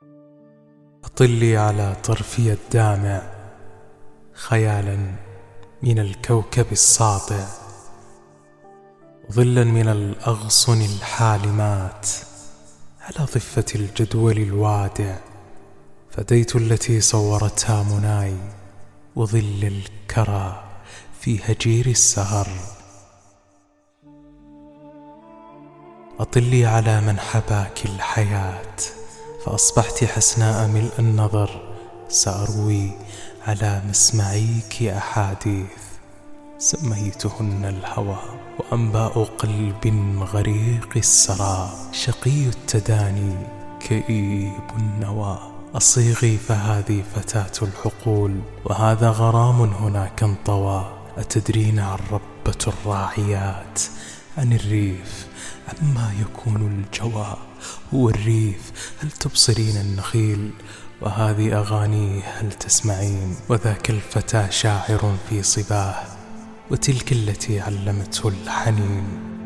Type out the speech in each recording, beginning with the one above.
أطلي على طرفي الدامع خيالا من الكوكب الساطع، ظلا من الأغصن الحالمات على ضفة الجدول الوادع. فديت التي صورتها مناي وظل الكرى في هجير السهر. أطلي على من حباك الحياة فأصبحت حسناء ملء النظر. سأروي على مسمعيك أحاديث سميتهن الهوى، وأنباء قلب غريق السرى شقي التداني كئيب النوى. أصيغي فهذه فتاة الحقول، وهذا غرام هناك انطوى. أتدرين عن ربة الراعيات عن الريف عما يكون الجوى. هو الريف هل تبصرين النخيل، وهذه أغانيه هل تسمعين. وذاك الفتى شاعر في صباه، وتلك التي علمته الحنين.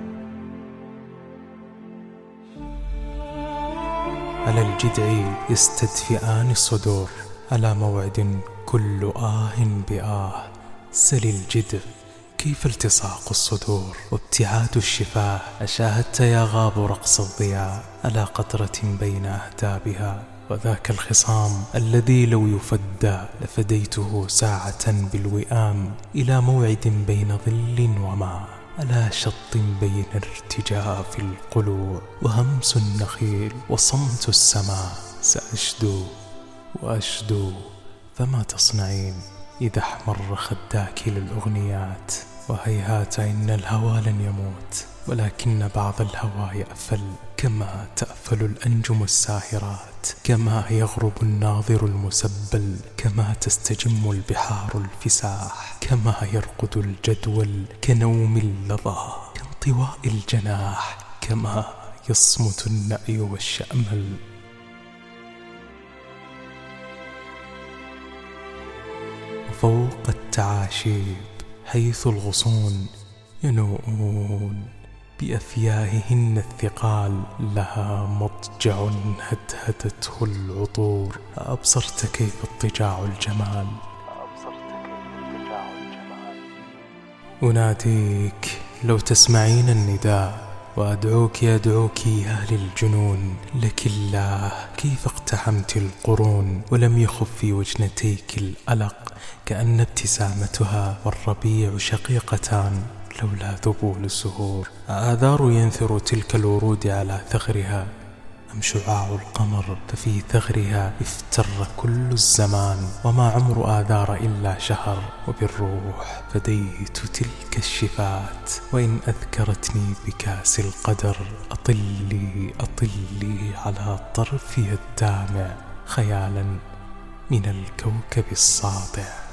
على الجدع يستدفئان الصدور، على موعد كل بآه. سل الجدع كيف التصاق الصدور وابتعاد الشفاه. أشاهدت يا غاب رقص الضياء على قطرة بين أهدابها. وذاك الخصام الذي لو يفدى لفديته ساعة بالوئام. إلى موعد بين ظل وماء، على شط بين ارتجاف القلوع. وهمس النخيل وصمت السماء، سأشدو وأشدو فما تصنعين إذا احمر خداك للأغنيات. وهيهات إن الهوى لن يموت، ولكن بعض الهوى يأفل كما تأفل الأنجم الساهرات. كما يغرب الناظر المسبل، كما تستجم البحار الفساح. كما يرقد الجدول كنوم اللظى كانطواء الجناح. كما يصمت النأي والشأمل. وفوق التعاشيب حيث الغصون ينوءون بأفياههن الثقال. لها مضجع هدهدته العطور. أبصرت كيف اضطجاع الجمال. أناديك لو تسمعين النداء، وأدعوك أدعوك يا للجنون. لك الله كيف اقتحمت القرون، ولم يخف في وجنتيك الألق. كأن ابتسامتها والربيع شقيقتان لولا ذبول الزهور. آذار ينثر تلك الورود على ثغرها، أم شعاع القمر ففي ثغرها افتر كل الزمان. وما عمر آذار إلا شهر، وبالروح فديت تلك الشفات. وإن أذكرتني بكاس القدر، أطلي أطلي على طرفي الدامع خيالا من الكوكب الساطع.